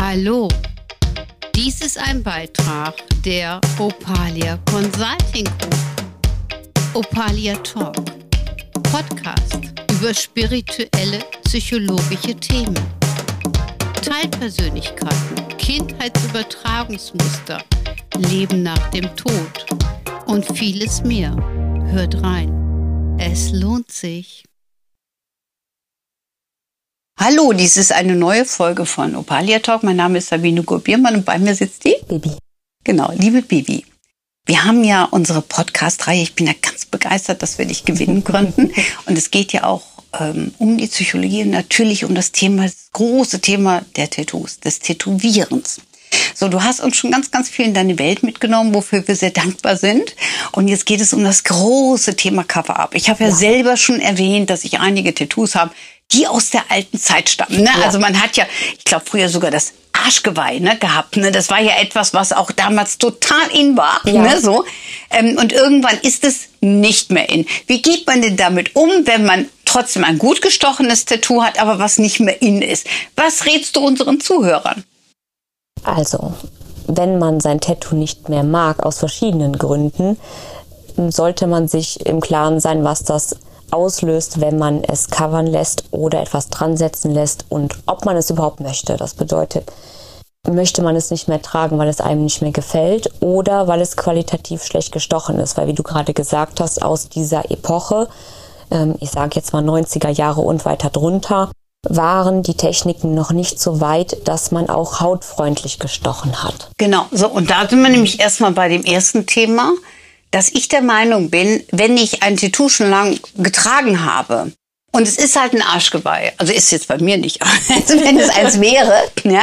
Hallo, dies ist ein Beitrag der Opalia Consulting Group. Opalia Talk, Podcast über spirituelle, psychologische Themen. Teilpersönlichkeiten, Kindheitsübertragungsmuster, Leben nach dem Tod und vieles mehr. Hört rein. Es lohnt sich. Hallo, dies ist eine neue Folge von Opalia Talk. Mein Name ist Sabine Gurt-Biermann und bei mir sitzt die Bibi. Genau, liebe Bibi. Wir haben ja unsere Podcast-Reihe. Ich bin ja ganz begeistert, dass wir dich gewinnen konnten. Und es geht ja auch um die Psychologie und natürlich um das große Thema der Tattoos, des Tätowierens. So, du hast uns schon ganz, ganz viel in deine Welt mitgenommen, wofür wir sehr dankbar sind. Und jetzt geht es um das große Thema Cover-Up. Ich habe ja selber schon erwähnt, dass ich einige Tattoos habe, die aus der alten Zeit stammen. Ne? Ja. Also man hat ja, ich glaube früher sogar das Arschgeweih gehabt. Ne? Das war ja etwas, was auch damals total in war. Ja. Ne? So. Und irgendwann ist es nicht mehr in. Wie geht man denn damit um, wenn man trotzdem ein gut gestochenes Tattoo hat, aber was nicht mehr in ist? Was rätst du unseren Zuhörern? Also, wenn man sein Tattoo nicht mehr mag, aus verschiedenen Gründen, sollte man sich im Klaren sein, was das auslöst, wenn man es covern lässt oder etwas dran setzen lässt und ob man es überhaupt möchte. Das bedeutet, möchte man es nicht mehr tragen, weil es einem nicht mehr gefällt oder weil es qualitativ schlecht gestochen ist, weil wie du gerade gesagt hast, aus dieser Epoche, ich sage jetzt mal 90er Jahre und weiter drunter, waren die Techniken noch nicht so weit, dass man auch hautfreundlich gestochen hat. Genau, so und da sind wir nämlich erstmal bei dem ersten Thema, dass ich der Meinung bin, wenn ich ein Tattoo schon lang getragen habe und es ist halt ein Arschgeweih, also ist jetzt bei mir nicht, also wenn es eins wäre,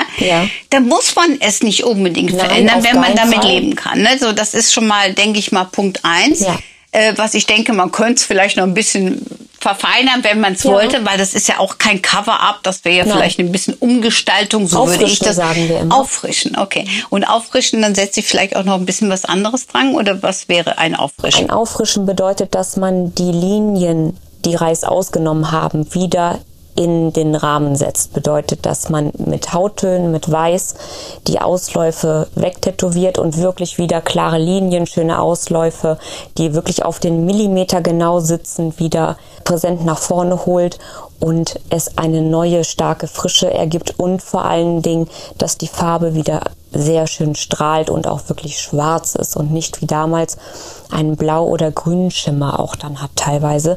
dann muss man es nicht unbedingt verändern, wenn man damit leben kann. Ne? So, das ist schon mal, denke ich mal, Punkt 1. Ja. Was ich denke, man könnte es vielleicht noch ein bisschen verfeinern, wenn man es wollte, weil das ist ja auch kein Cover-Up, das wäre ja vielleicht ein bisschen Umgestaltung, so würde ich das sagen wir immer. Auffrischen, okay. Und auffrischen, dann setze ich vielleicht auch noch ein bisschen was anderes dran, oder was wäre ein Auffrischen? Ein Auffrischen bedeutet, dass man die Linien, die Reis ausgenommen haben, wieder in den Rahmen setzt. Bedeutet, dass man mit Hauttönen, mit Weiß die Ausläufe wegtätowiert und wirklich wieder klare Linien, schöne Ausläufe, die wirklich auf den Millimeter genau sitzen, wieder präsent nach vorne holt und es eine neue, starke Frische ergibt und vor allen Dingen, dass die Farbe wieder sehr schön strahlt und auch wirklich schwarz ist und nicht wie damals einen Blau- oder Grünschimmer auch dann hat teilweise.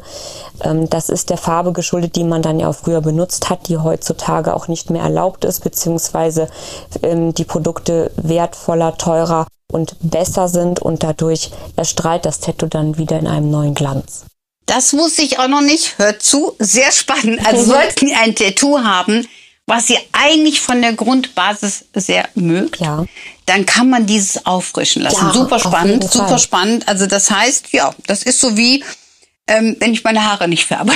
Das ist der Farbe geschuldet, die man dann ja auch früher benutzt hat, die heutzutage auch nicht mehr erlaubt ist, beziehungsweise die Produkte wertvoller, teurer und besser sind und dadurch erstrahlt das Tattoo dann wieder in einem neuen Glanz. Das wusste ich auch noch nicht. Hört zu, sehr spannend. Also sollten Sie ein Tattoo haben, was ihr eigentlich von der Grundbasis sehr mögt, dann kann man dieses auffrischen lassen. Ja, super spannend, super spannend. Also das heißt, das ist so wie, wenn ich meine Haare nicht färbe.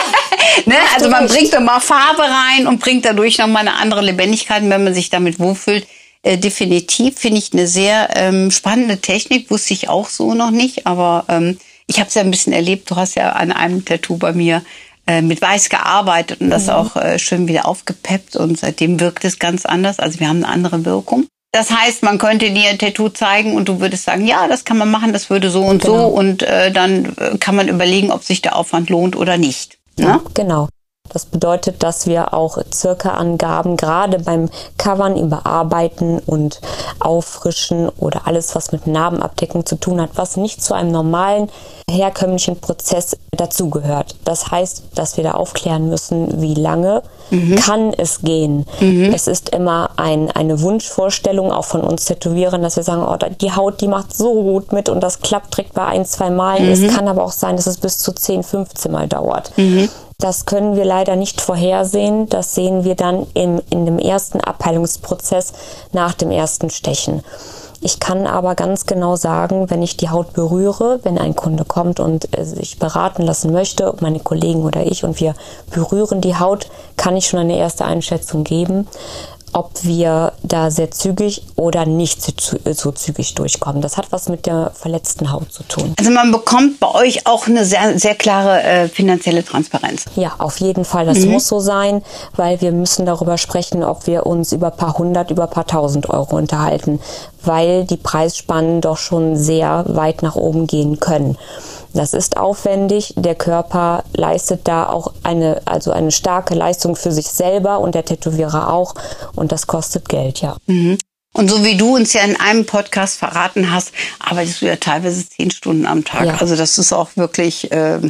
Ne? Also man bringt da mal Farbe rein und bringt dadurch nochmal eine andere Lebendigkeit, wenn man sich damit wohlfühlt. Definitiv finde ich eine sehr spannende Technik, wusste ich auch so noch nicht, aber ich habe es ja ein bisschen erlebt. Du hast ja an einem Tattoo bei mir mit Weiß gearbeitet und das auch schön wieder aufgepeppt und seitdem wirkt es ganz anders. Also wir haben eine andere Wirkung. Das heißt, man könnte dir ein Tattoo zeigen und du würdest sagen, ja, das kann man machen, das würde so und so und dann kann man überlegen, ob sich der Aufwand lohnt oder nicht. Ne? Ja, genau. Das bedeutet, dass wir auch circa Angaben gerade beim Covern, Überarbeiten und Auffrischen oder alles, was mit Narbenabdeckung zu tun hat, was nicht zu einem normalen, herkömmlichen Prozess dazugehört. Das heißt, dass wir da aufklären müssen, wie lange kann es gehen. Es ist immer eine Wunschvorstellung auch von uns Tätowierern, dass wir sagen, oh, die Haut, die macht so gut mit und das klappt direkt bei 1-2 Malen. Es kann aber auch sein, dass es bis zu 10-15 Mal dauert. Das können wir leider nicht vorhersehen. Das sehen wir dann in dem ersten Abheilungsprozess nach dem ersten Stechen. Ich kann aber ganz genau sagen, wenn ich die Haut berühre, wenn ein Kunde kommt und sich beraten lassen möchte, meine Kollegen oder ich, und wir berühren die Haut, kann ich schon eine erste Einschätzung geben, ob wir da sehr zügig oder nicht so zügig durchkommen. Das hat was mit der verletzten Haut zu tun. Also man bekommt bei euch auch eine sehr, sehr klare finanzielle Transparenz. Ja, auf jeden Fall. Das muss so sein, weil wir müssen darüber sprechen, ob wir uns über ein paar hundert, über ein paar tausend Euro unterhalten, weil die Preisspannen doch schon sehr weit nach oben gehen können. Das ist aufwendig. Der Körper leistet da auch eine starke Leistung für sich selber und der Tätowierer auch. Und das kostet Geld, ja. Mhm. Und so wie du uns ja in einem Podcast verraten hast, arbeitest du ja teilweise 10 Stunden am Tag. Ja. Also das ist auch wirklich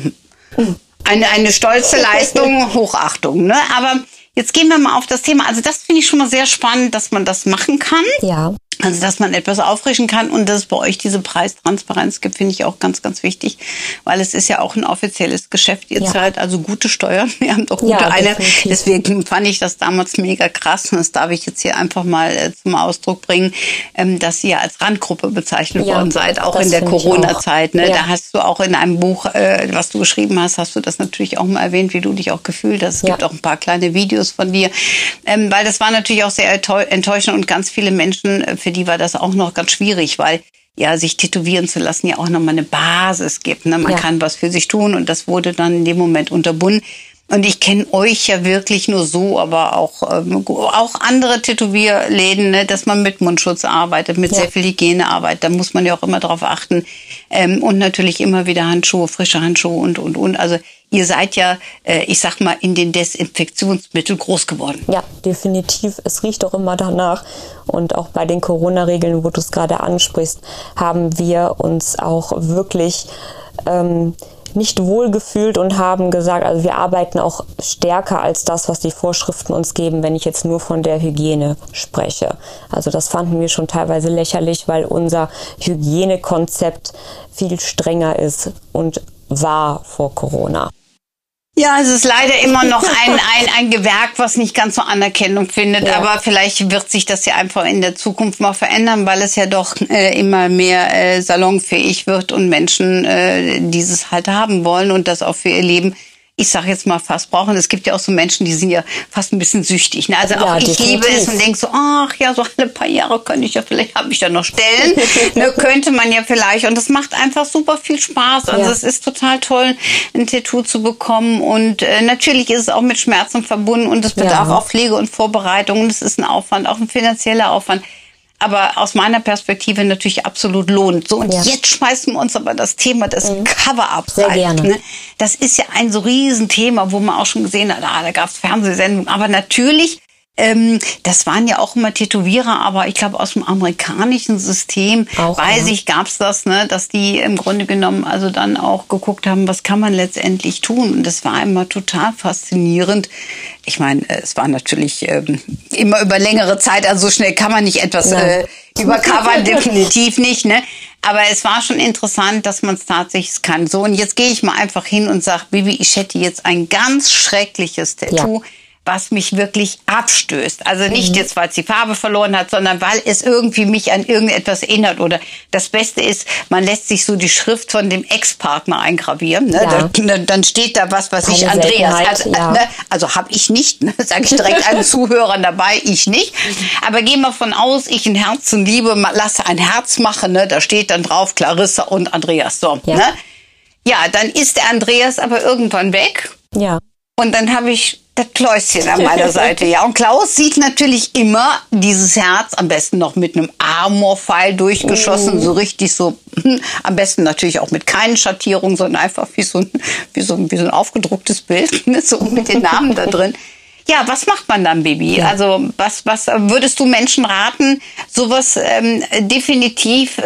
eine stolze Leistung, Hochachtung. Ne? Aber jetzt gehen wir mal auf das Thema. Also das finde ich schon mal sehr spannend, dass man das machen kann. Ja. Also, dass man etwas auffrischen kann und dass es bei euch diese Preistransparenz gibt, finde ich auch ganz, ganz wichtig, weil es ist ja auch ein offizielles Geschäft. Ihr zahlt also gute Steuern. Wir haben doch gute eine. Deswegen fand ich das damals mega krass und das darf ich jetzt hier einfach mal zum Ausdruck bringen, dass ihr als Randgruppe bezeichnet worden seid, auch in der Corona-Zeit. Ne? Ja. Da hast du auch in einem Buch, was du geschrieben hast, hast du das natürlich auch mal erwähnt, wie du dich auch gefühlt hast. Es gibt auch ein paar kleine Videos von dir, weil das war natürlich auch sehr enttäuschend und ganz viele Menschen, für die war das auch noch ganz schwierig, weil ja sich tätowieren zu lassen ja auch nochmal eine Basis gibt. Ne? Man kann was für sich tun und das wurde dann in dem Moment unterbunden. Und ich kenne euch ja wirklich nur so, aber auch andere Tätowierläden, ne, dass man mit Mundschutz arbeitet, mit sehr viel Hygiene arbeitet. Da muss man ja auch immer drauf achten. Und natürlich immer wieder Handschuhe, frische Handschuhe und. Also ihr seid ja, ich sag mal, in den Desinfektionsmitteln groß geworden. Ja, definitiv. Es riecht auch immer danach. Und auch bei den Corona-Regeln, wo du es gerade ansprichst, haben wir uns auch wirklich nicht wohlgefühlt und haben gesagt, also wir arbeiten auch stärker als das, was die Vorschriften uns geben, wenn ich jetzt nur von der Hygiene spreche. Also das fanden wir schon teilweise lächerlich, weil unser Hygienekonzept viel strenger ist und war vor Corona. Ja, es ist leider immer noch ein Gewerk, was nicht ganz so Anerkennung findet. Ja. Aber vielleicht wird sich das ja einfach in der Zukunft mal verändern, weil es ja doch immer mehr salonfähig wird und Menschen dieses halt haben wollen und das auch für ihr Leben, ich sage jetzt mal, fast brauchen. Es gibt ja auch so Menschen, die sind ja fast ein bisschen süchtig. Ne? Also auch ich liebe es und denke so, ach ja, so alle paar Jahre könnte ich ja, vielleicht habe ich da noch Stellen. Ne, könnte man ja vielleicht. Und das macht einfach super viel Spaß. Also es ist total toll, ein Tattoo zu bekommen. Und natürlich ist es auch mit Schmerzen verbunden und es bedarf auch Pflege und Vorbereitung. Und es ist ein Aufwand, auch ein finanzieller Aufwand. Aber aus meiner Perspektive natürlich absolut lohnt. So, und jetzt schmeißen wir uns aber das Thema des Cover-Ups rein. Ne? Das ist ja ein so Riesenthema, wo man auch schon gesehen hat, da gab es Fernsehsendungen. Aber natürlich, das waren ja auch immer Tätowierer, aber ich glaube aus dem amerikanischen System, gab es das, ne, dass die im Grunde genommen also dann auch geguckt haben, was kann man letztendlich tun. Und das war immer total faszinierend. Ich meine, es war natürlich immer über längere Zeit, also so schnell kann man nicht etwas übercovern, definitiv nicht, ne? Aber es war schon interessant, dass man es tatsächlich kann. So, und jetzt gehe ich mal einfach hin und sage, Bibi, ich hätte jetzt ein ganz schreckliches Tattoo, was mich wirklich abstößt. Also nicht jetzt, weil es die Farbe verloren hat, sondern weil es irgendwie mich an irgendetwas erinnert. Oder das Beste ist, man lässt sich so die Schrift von dem Ex-Partner eingravieren. Ne? Dann steht da was ich, Andreas. Also habe ich nicht, ne? Sage ich direkt allen Zuhörern dabei, ich nicht. Aber gehen wir von aus, ich in Herz und Liebe lasse ein Herz machen. Ne? Da steht dann drauf Clarissa und Andreas. So, ne? Ja, dann ist der Andreas aber irgendwann weg. Ja. Und dann habe ich das Kläuschen an meiner Seite, ja. Und Klaus sieht natürlich immer dieses Herz, am besten noch mit einem Amorpfeil durchgeschossen, so richtig so, am besten natürlich auch mit keinen Schattierungen, sondern einfach wie so ein aufgedrucktes Bild, ne, so mit den Namen da drin. Ja, was macht man dann, Bibi? Ja. Also was würdest du Menschen raten, sowas definitiv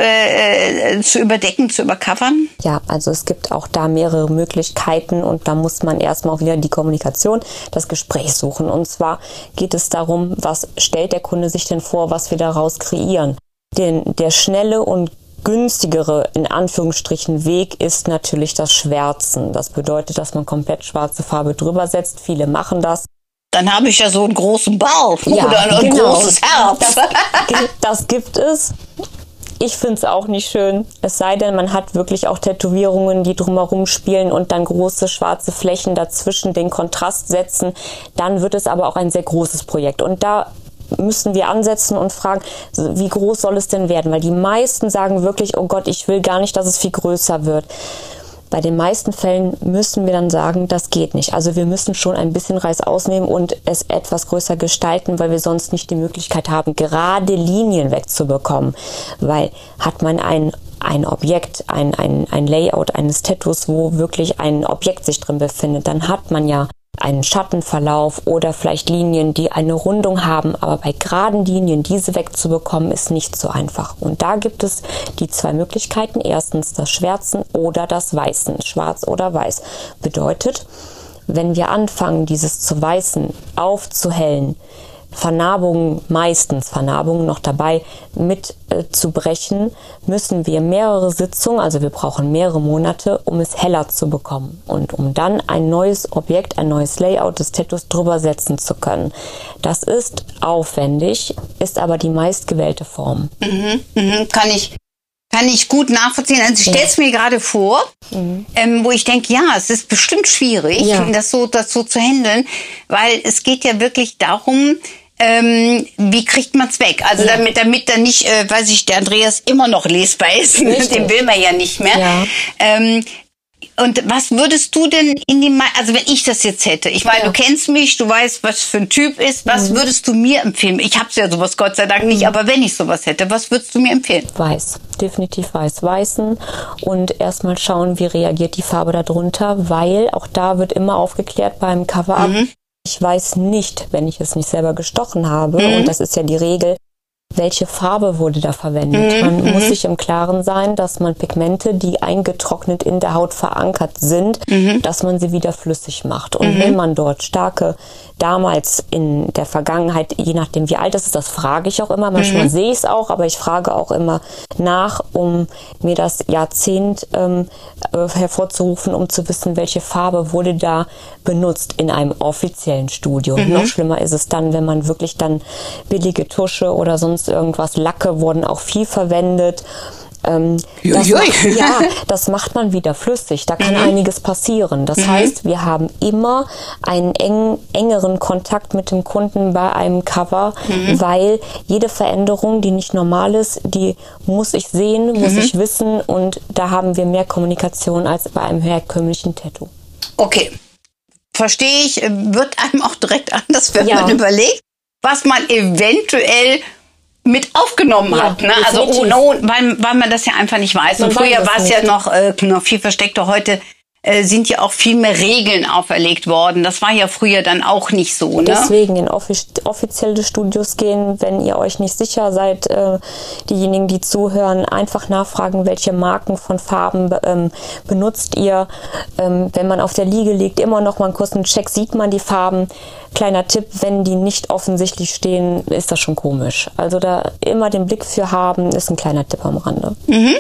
zu überdecken, zu übercovern? Ja, also es gibt auch da mehrere Möglichkeiten und da muss man erstmal auch wieder die Kommunikation, das Gespräch suchen. Und zwar geht es darum, was stellt der Kunde sich denn vor, was wir daraus kreieren? Denn der schnelle und günstigere, in Anführungsstrichen, Weg ist natürlich das Schwärzen. Das bedeutet, dass man komplett schwarze Farbe drüber setzt. Viele machen das. Dann habe ich ja so einen großen Bauch oder ein großes Herz. Das gibt es. Ich finde es auch nicht schön. Es sei denn, man hat wirklich auch Tätowierungen, die drumherum spielen und dann große schwarze Flächen dazwischen den Kontrast setzen. Dann wird es aber auch ein sehr großes Projekt. Und da müssen wir ansetzen und fragen, wie groß soll es denn werden? Weil die meisten sagen wirklich, oh Gott, ich will gar nicht, dass es viel größer wird. Bei den meisten Fällen müssen wir dann sagen, das geht nicht. Also wir müssen schon ein bisschen Reis ausnehmen und es etwas größer gestalten, weil wir sonst nicht die Möglichkeit haben, gerade Linien wegzubekommen. Weil hat man ein Objekt, ein Layout eines Tattoos, wo wirklich ein Objekt sich drin befindet, dann hat man ja einen Schattenverlauf oder vielleicht Linien, die eine Rundung haben, aber bei geraden Linien diese wegzubekommen, ist nicht so einfach. Und da gibt es die zwei Möglichkeiten. Erstens das Schwärzen oder das Weißen, schwarz oder weiß. Bedeutet, wenn wir anfangen, dieses zu weißen, aufzuhellen, meistens Vernarbungen noch dabei mit zu brechen, müssen wir mehrere Sitzungen, also wir brauchen mehrere Monate, um es heller zu bekommen und um dann ein neues Objekt, ein neues Layout des Tattoos drüber setzen zu können. Das ist aufwendig, ist aber die meistgewählte Form. Kann ich gut nachvollziehen. Also ich stelle es mir gerade vor, wo ich denke, ja, es ist bestimmt schwierig, das so zu handeln, weil es geht ja wirklich darum, wie kriegt man es weg? Also damit dann nicht, der Andreas immer noch lesbar ist. Richtig. Den will man ja nicht mehr. Ja. Und was würdest du denn also wenn ich das jetzt hätte, ich meine, du kennst mich, du weißt, was für ein Typ ist, was würdest du mir empfehlen? Ich habe ja sowas Gott sei Dank nicht, aber wenn ich sowas hätte, was würdest du mir empfehlen? Weiß, definitiv weiß. Weißen und erstmal schauen, wie reagiert die Farbe darunter, weil auch da wird immer aufgeklärt beim Cover-Up. Ich weiß nicht, wenn ich es nicht selber gestochen habe, und das ist ja die Regel, welche Farbe wurde da verwendet. Man muss sich im Klaren sein, dass man Pigmente, die eingetrocknet in der Haut verankert sind, dass man sie wieder flüssig macht. Und wenn man dort starke, damals in der Vergangenheit, je nachdem wie alt es ist, das frage ich auch immer, manchmal sehe ich es auch, aber ich frage auch immer nach, um mir das Jahrzehnt hervorzurufen, um zu wissen, welche Farbe wurde da benutzt in einem offiziellen Studio. Noch schlimmer ist es dann, wenn man wirklich dann billige Tusche oder sonst irgendwas, Lacke wurden auch viel verwendet. Das macht man wieder flüssig. Da kann einiges passieren. Das heißt, wir haben immer einen engeren Kontakt mit dem Kunden bei einem Cover, weil jede Veränderung, die nicht normal ist, die muss ich sehen, muss ich wissen, und da haben wir mehr Kommunikation als bei einem herkömmlichen Tattoo. Okay, verstehe ich. Wird einem auch direkt anders, wenn man überlegt, was man eventuell mit aufgenommen hat, ne? Also weil man das ja einfach nicht weiß. Und früher war es ja noch viel versteckter. Heute sind ja auch viel mehr Regeln auferlegt worden. Das war ja früher dann auch nicht so, ne? Deswegen in offizielle Studios gehen, wenn ihr euch nicht sicher seid, diejenigen, die zuhören, einfach nachfragen, welche Marken von Farben benutzt ihr. Wenn man auf der Liege liegt, immer noch mal einen kurzen Check, sieht man die Farben. Kleiner Tipp, wenn die nicht offensichtlich stehen, ist das schon komisch. Also da immer den Blick für haben, ist ein kleiner Tipp am Rande.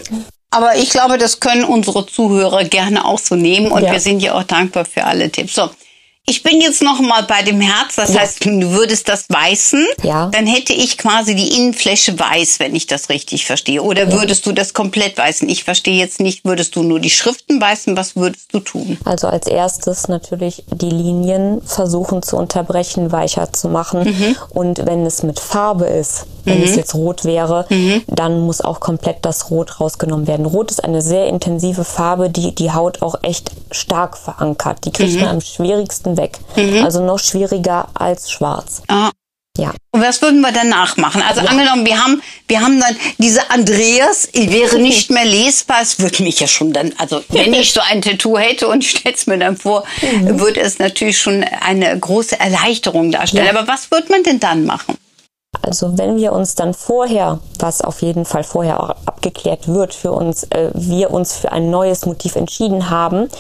Aber ich glaube, das können unsere Zuhörer gerne auch so nehmen, und wir sind ja auch dankbar für alle Tipps. So, ich bin jetzt noch mal bei dem Herz, das heißt, du würdest das weißen, dann hätte ich quasi die Innenfläche weiß, wenn ich das richtig verstehe. Oder würdest du das komplett weißen? Ich verstehe jetzt nicht, würdest du nur die Schriften weißen, was würdest du tun? Also als erstes natürlich die Linien versuchen zu unterbrechen, weicher zu machen. Und wenn es mit Farbe ist, wenn es jetzt rot wäre, dann muss auch komplett das Rot rausgenommen werden. Rot ist eine sehr intensive Farbe, die die Haut auch echt stark verankert. Die kriegt man am schwierigsten weg. Also noch schwieriger als schwarz. Ja. Und was würden wir danach machen? Also angenommen, wir haben dann diese Andreas, wäre nicht mehr lesbar. Es würde mich ja schon dann, also wenn ich so ein Tattoo hätte und ich stelle es mir dann vor, würde es natürlich schon eine große Erleichterung darstellen. Aber was würde man denn dann machen? Also wenn wir uns dann vorher, was auf jeden Fall vorher auch abgeklärt wird für uns, wir uns für ein neues Motiv entschieden haben,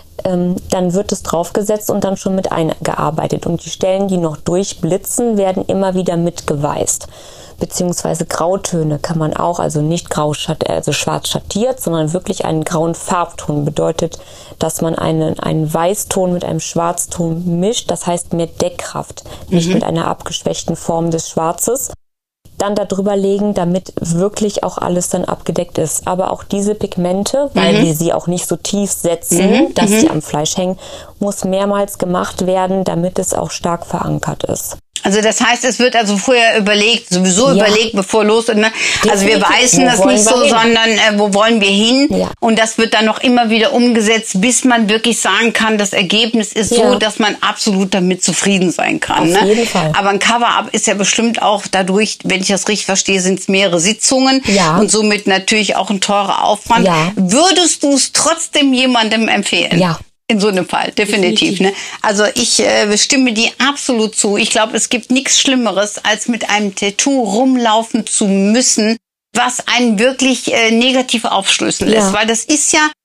dann wird es draufgesetzt und dann schon mit eingearbeitet. Und die Stellen, die noch durchblitzen, werden immer wieder mitgeweißt. Beziehungsweise Grautöne kann man auch, also nicht schwarz schattiert, sondern wirklich einen grauen Farbton. Bedeutet, dass man einen Weißton mit einem Schwarzton mischt. Das heißt mehr Deckkraft, nicht mit einer abgeschwächten Form des Schwarzes. Dann darüber legen, damit wirklich auch alles dann abgedeckt ist. Aber auch diese Pigmente, weil wir sie auch nicht so tief setzen, dass sie am Fleisch hängen, muss mehrmals gemacht werden, damit es auch stark verankert ist. Also das heißt, es wird also vorher überlegt, bevor los ist. Ne? Also wir weißen das nicht so, sondern wo wollen wir hin? Ja. Und das wird dann noch immer wieder umgesetzt, bis man wirklich sagen kann, das Ergebnis ist so, dass man absolut damit zufrieden sein kann. Auf jeden Fall. Aber ein Cover-Up ist ja bestimmt auch dadurch, wenn ich das richtig verstehe, sind es mehrere Sitzungen und somit natürlich auch ein teurer Aufwand. Ja. Würdest du es trotzdem jemandem empfehlen? Ja. In so einem Fall, definitiv. Ne? Also ich stimme dir absolut zu. Ich glaube, es gibt nichts Schlimmeres, als mit einem Tattoo rumlaufen zu müssen, was einen wirklich negativ aufstößen lässt. Weil das ist ja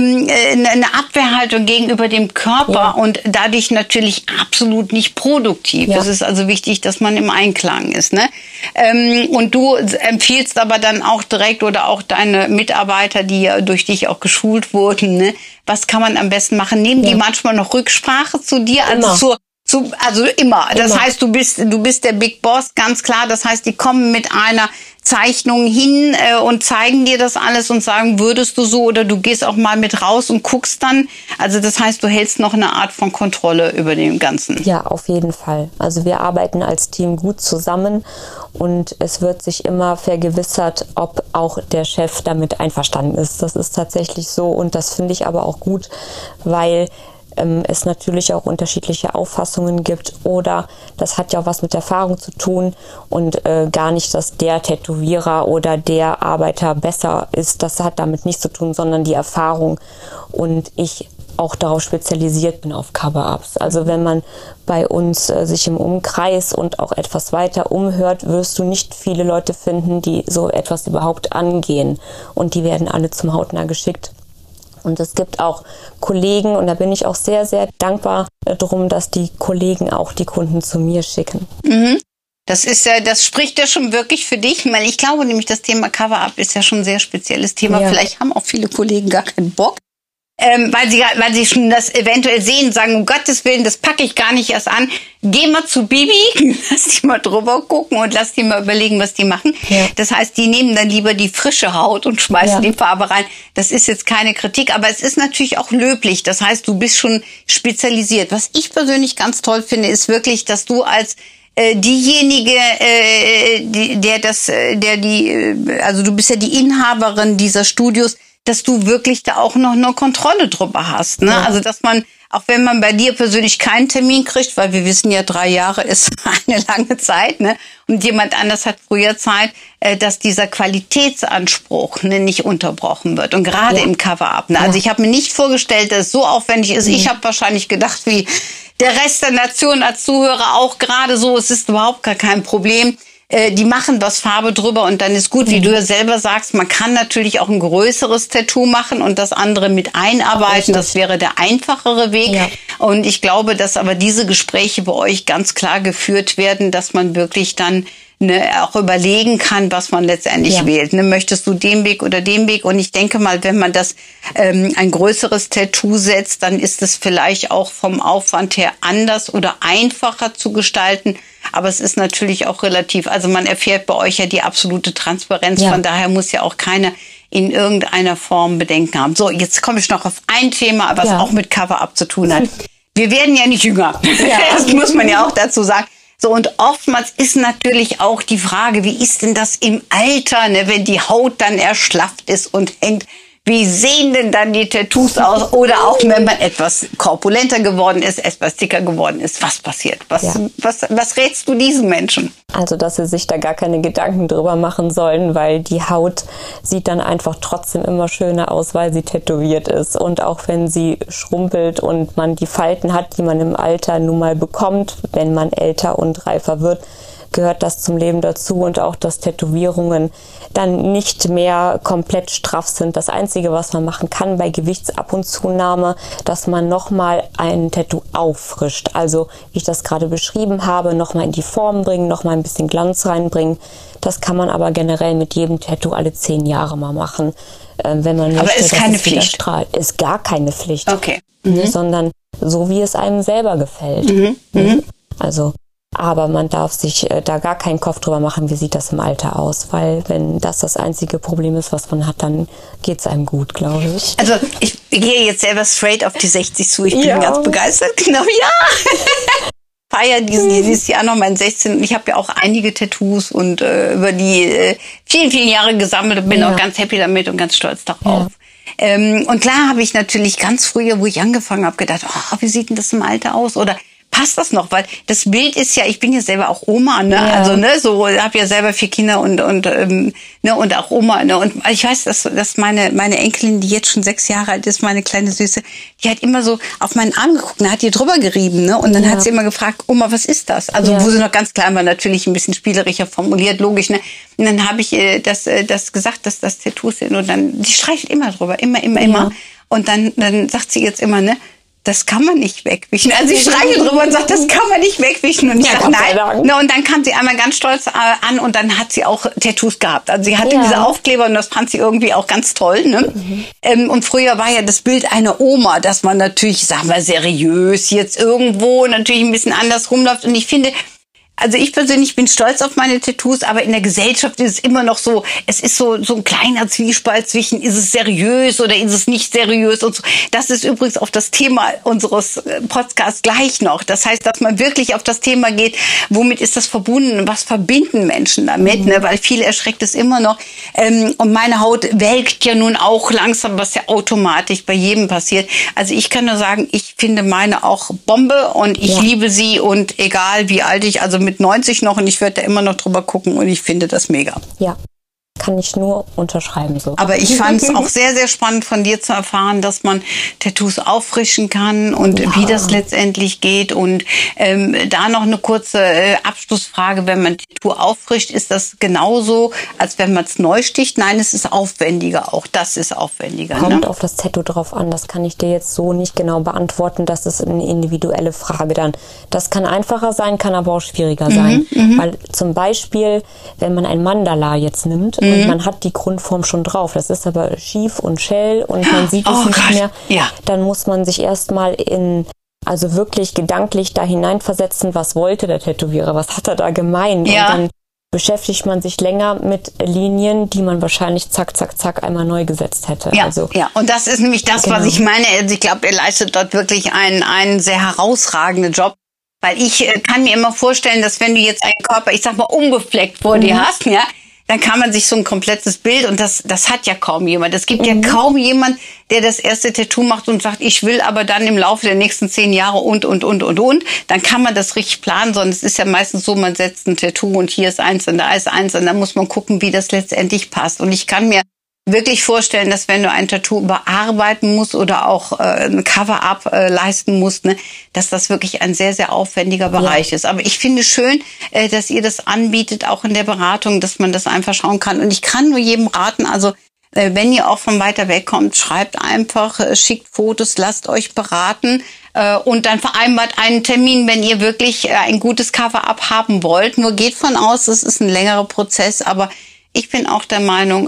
eine Abwehrhaltung gegenüber dem Körper und dadurch natürlich absolut nicht produktiv. Es ist also wichtig, dass man im Einklang ist. Ne? Und du empfiehlst aber dann auch direkt oder auch deine Mitarbeiter, die ja durch dich auch geschult wurden, ne? Was kann man am besten machen? Nehmen die manchmal noch Rücksprache zu dir? Also also immer. Das heißt, du bist der Big Boss, ganz klar. Das heißt, die kommen mit einer Zeichnung hin und zeigen dir das alles und sagen, würdest du so, oder du gehst auch mal mit raus und guckst dann. Also das heißt, du hältst noch eine Art von Kontrolle über dem Ganzen. Ja, auf jeden Fall. Also wir arbeiten als Team gut zusammen und es wird sich immer vergewissert, ob auch der Chef damit einverstanden ist. Das ist tatsächlich so und das finde ich aber auch gut, weil es natürlich auch unterschiedliche Auffassungen gibt oder das hat ja auch was mit Erfahrung zu tun und gar nicht, dass der Tätowierer oder der Arbeiter besser ist. Das hat damit nichts zu tun, sondern die Erfahrung und ich auch darauf spezialisiert bin auf Cover-Ups. Also wenn man bei uns sich im Umkreis und auch etwas weiter umhört, wirst du nicht viele Leute finden, die so etwas überhaupt angehen und die werden alle zum Hautnah geschickt. Und es gibt auch Kollegen, und da bin ich auch sehr, sehr dankbar drum, dass die Kollegen auch die Kunden zu mir schicken. Mhm. Das spricht ja schon wirklich für dich. Ich meine, ich glaube nämlich, das Thema Cover-Up ist ja schon ein sehr spezielles Thema. Ja. Vielleicht haben auch viele Kollegen gar keinen Bock. Weil sie schon das eventuell sehen, sagen, um Gottes Willen, das packe ich gar nicht erst an. Geh mal zu Bibi, lass die mal drüber gucken und lass die mal überlegen, was die machen. Ja. Das heißt, die nehmen dann lieber die frische Haut und schmeißen die Farbe rein. Das ist jetzt keine Kritik, aber es ist natürlich auch löblich. Das heißt, du bist schon spezialisiert. Was ich persönlich ganz toll finde, ist wirklich, dass du als diejenige, also du bist ja die Inhaberin dieser Studios, dass du wirklich da auch noch eine Kontrolle drüber hast. Ne? Ja. Also dass man, auch wenn man bei dir persönlich keinen Termin kriegt, weil wir wissen ja, 3 Jahre ist eine lange Zeit, ne? Und jemand anders hat früher Zeit, dass dieser Qualitätsanspruch nicht unterbrochen wird. Und gerade im Cover-Up. Ne? Also ich habe mir nicht vorgestellt, dass es so aufwendig ist. Ich habe wahrscheinlich gedacht, wie der Rest der Nation als Zuhörer auch gerade so, es ist überhaupt gar kein Problem. Die machen was Farbe drüber und dann ist gut, wie du ja selber sagst, man kann natürlich auch ein größeres Tattoo machen und das andere mit einarbeiten. Das wäre der einfachere Weg. Ja. Und ich glaube, dass aber diese Gespräche bei euch ganz klar geführt werden, dass man wirklich dann auch überlegen kann, was man letztendlich wählt. Ne? Möchtest du den Weg oder den Weg? Und ich denke mal, wenn man das ein größeres Tattoo setzt, dann ist es vielleicht auch vom Aufwand her anders oder einfacher zu gestalten. Aber es ist natürlich auch relativ, also man erfährt bei euch ja die absolute Transparenz. Ja. Von daher muss ja auch keiner in irgendeiner Form Bedenken haben. So, jetzt komme ich noch auf ein Thema, was auch mit Cover-Up zu tun hat. Wir werden ja nicht jünger. Ja. Das muss man ja auch dazu sagen. So, und oftmals ist natürlich auch die Frage, wie ist denn das im Alter, ne, wenn die Haut dann erschlafft ist und hängt? Wie sehen denn dann die Tattoos aus? Oder auch, wenn man etwas korpulenter geworden ist, etwas dicker geworden ist. Was passiert? Was rätst du diesen Menschen? Also, dass sie sich da gar keine Gedanken drüber machen sollen, weil die Haut sieht dann einfach trotzdem immer schöner aus, weil sie tätowiert ist. Und auch wenn sie schrumpelt und man die Falten hat, die man im Alter nun mal bekommt, wenn man älter und reifer wird, gehört das zum Leben dazu und auch, dass Tätowierungen dann nicht mehr komplett straff sind. Das Einzige, was man machen kann bei Gewichtsab- und Zunahme, dass man nochmal ein Tattoo auffrischt. Also, wie ich das gerade beschrieben habe, nochmal in die Form bringen, nochmal ein bisschen Glanz reinbringen. Das kann man aber generell mit jedem Tattoo alle 10 Jahre mal machen. Wenn man möchte, aber ist keine Pflicht. Strahlt. Ist gar keine Pflicht. Okay. Sondern so, wie es einem selber gefällt. Also, aber man darf sich da gar keinen Kopf drüber machen, wie sieht das im Alter aus. Weil wenn das einzige Problem ist, was man hat, dann geht's einem gut, glaube ich. Also ich gehe jetzt selber straight auf die 60 zu. Ich bin ganz begeistert. Genau, ja. feiere dieses Jahr noch mein 16. Und ich habe ja auch einige Tattoos und über die vielen, vielen Jahre gesammelt und bin auch ganz happy damit und ganz stolz darauf. Ja. Und klar habe ich natürlich ganz früher, wo ich angefangen habe, gedacht, wie sieht denn das im Alter aus? Oder passt das noch? Weil das Bild ist ja, ich bin ja selber auch Oma, ne? Ja. Also, ne, so, habe ja selber 4 Kinder und auch Oma, ne? Und ich weiß, dass meine Enkelin, die jetzt schon 6 Jahre alt ist, meine kleine Süße, die hat immer so auf meinen Arm geguckt, und hat die drüber gerieben, ne? Und dann hat sie immer gefragt, Oma, was ist das? Also, wo sie noch ganz klein war, natürlich ein bisschen spielerischer formuliert, logisch, ne? Und dann habe ich das gesagt, dass das Tattoos sind, und dann, die streichelt immer drüber, immer. Und dann sagt sie jetzt immer, ne? Das kann man nicht wegwischen. Also ich streiche drüber und sage, das kann man nicht wegwischen. Und ich sage, nein. No, und dann kam sie einmal ganz stolz an, und dann hat sie auch Tattoos gehabt. Also sie hatte diese Aufkleber, und das fand sie irgendwie auch ganz toll. Ne? Und früher war ja das Bild einer Oma, dass man natürlich, sagen wir, seriös jetzt irgendwo natürlich ein bisschen anders rumläuft. Und ich finde, also ich persönlich bin stolz auf meine Tattoos, aber in der Gesellschaft ist es immer noch so, es ist so ein kleiner Zwiespalt zwischen, ist es seriös oder ist es nicht seriös und so. Das ist übrigens auch das Thema unseres Podcasts gleich noch. Das heißt, dass man wirklich auf das Thema geht, womit ist das verbunden, was verbinden Menschen damit, ne? Weil viele erschreckt es immer noch. Und meine Haut welkt ja nun auch langsam, was ja automatisch bei jedem passiert. Also ich kann nur sagen, ich finde meine auch Bombe, und ich liebe sie, und egal wie alt ich, also mit 90 noch, und ich werde da immer noch drüber gucken, und ich finde das mega. Ja, kann ich nur unterschreiben so. Aber ich fand es auch sehr, sehr spannend von dir zu erfahren, dass man Tattoos auffrischen kann und wie das letztendlich geht. Und da noch eine kurze Abschlussfrage: Wenn man Tattoo auffrischt, ist das genauso, als wenn man es neu sticht? Nein, es ist aufwendiger. Auch das ist aufwendiger. Kommt auf das Tattoo drauf an. Das kann ich dir jetzt so nicht genau beantworten. Das ist eine individuelle Frage dann. Das kann einfacher sein, kann aber auch schwieriger sein. Weil zum Beispiel, wenn man ein Mandala jetzt nimmt, und man hat die Grundform schon drauf, das ist aber schief und schell und man sieht es nicht mehr, dann muss man sich erstmal also wirklich gedanklich da hineinversetzen, was wollte der Tätowierer, was hat er da gemeint? Und dann beschäftigt man sich länger mit Linien, die man wahrscheinlich zack, zack, zack einmal neu gesetzt hätte. Ja, und das ist nämlich das, was ich meine. Also ich glaube, ihr leistet dort wirklich einen sehr herausragenden Job. Weil ich kann mir immer vorstellen, dass wenn du jetzt einen Körper, ich sag mal, unbefleckt vor dir hast, ja, dann kann man sich so ein komplettes Bild, und das hat ja kaum jemand. Es gibt ja kaum jemand, der das erste Tattoo macht und sagt, ich will aber dann im Laufe der nächsten 10 Jahre und. Dann kann man das richtig planen, sondern es ist ja meistens so, man setzt ein Tattoo und hier ist eins und da ist eins, und dann muss man gucken, wie das letztendlich passt. Und ich kann mir wirklich vorstellen, dass wenn du ein Tattoo überarbeiten musst oder auch ein Cover-up leisten musst, ne, dass das wirklich ein sehr, sehr aufwendiger Bereich ist. Aber ich finde schön, dass ihr das anbietet, auch in der Beratung, dass man das einfach schauen kann. Und ich kann nur jedem raten, also wenn ihr auch von weiter weg kommt, schreibt einfach, schickt Fotos, lasst euch beraten. Und dann vereinbart einen Termin, wenn ihr wirklich ein gutes Cover-up haben wollt. Nur geht von aus, es ist ein längerer Prozess, aber ich bin auch der Meinung,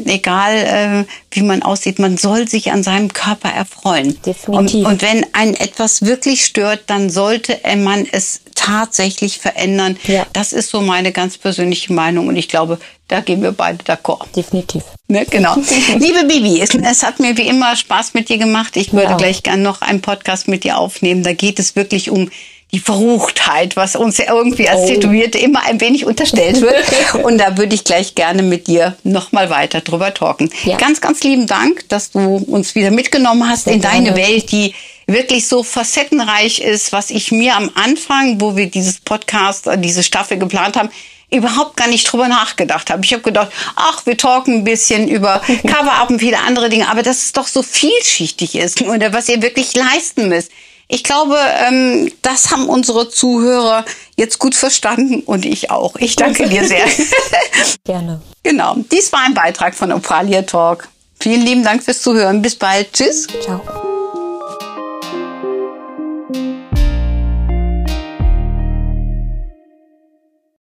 egal wie man aussieht, man soll sich an seinem Körper erfreuen. Definitiv. Und wenn einen etwas wirklich stört, dann sollte man es tatsächlich verändern. Ja. Das ist so meine ganz persönliche Meinung, und ich glaube, da gehen wir beide d'accord. Definitiv. Ne, genau. Liebe Bibi, es hat mir wie immer Spaß mit dir gemacht. Ich würde gleich gerne noch einen Podcast mit dir aufnehmen. Da geht es wirklich um die Verruchtheit, was uns ja irgendwie als Tätowierte immer ein wenig unterstellt wird. Und da würde ich gleich gerne mit dir noch mal weiter drüber talken. Ja. Ganz, ganz lieben Dank, dass du uns wieder mitgenommen hast in deine Welt, die wirklich so facettenreich ist, was ich mir am Anfang, wo wir dieses Podcast, diese Staffel geplant haben, überhaupt gar nicht drüber nachgedacht habe. Ich habe gedacht, wir talken ein bisschen über Cover-up und viele andere Dinge, aber dass es doch so vielschichtig ist oder was ihr wirklich leisten müsst. Ich glaube, das haben unsere Zuhörer jetzt gut verstanden, und ich auch. Ich danke dir sehr. Gerne. Genau. Dies war ein Beitrag von Ophalia Talk. Vielen lieben Dank fürs Zuhören. Bis bald. Tschüss. Ciao.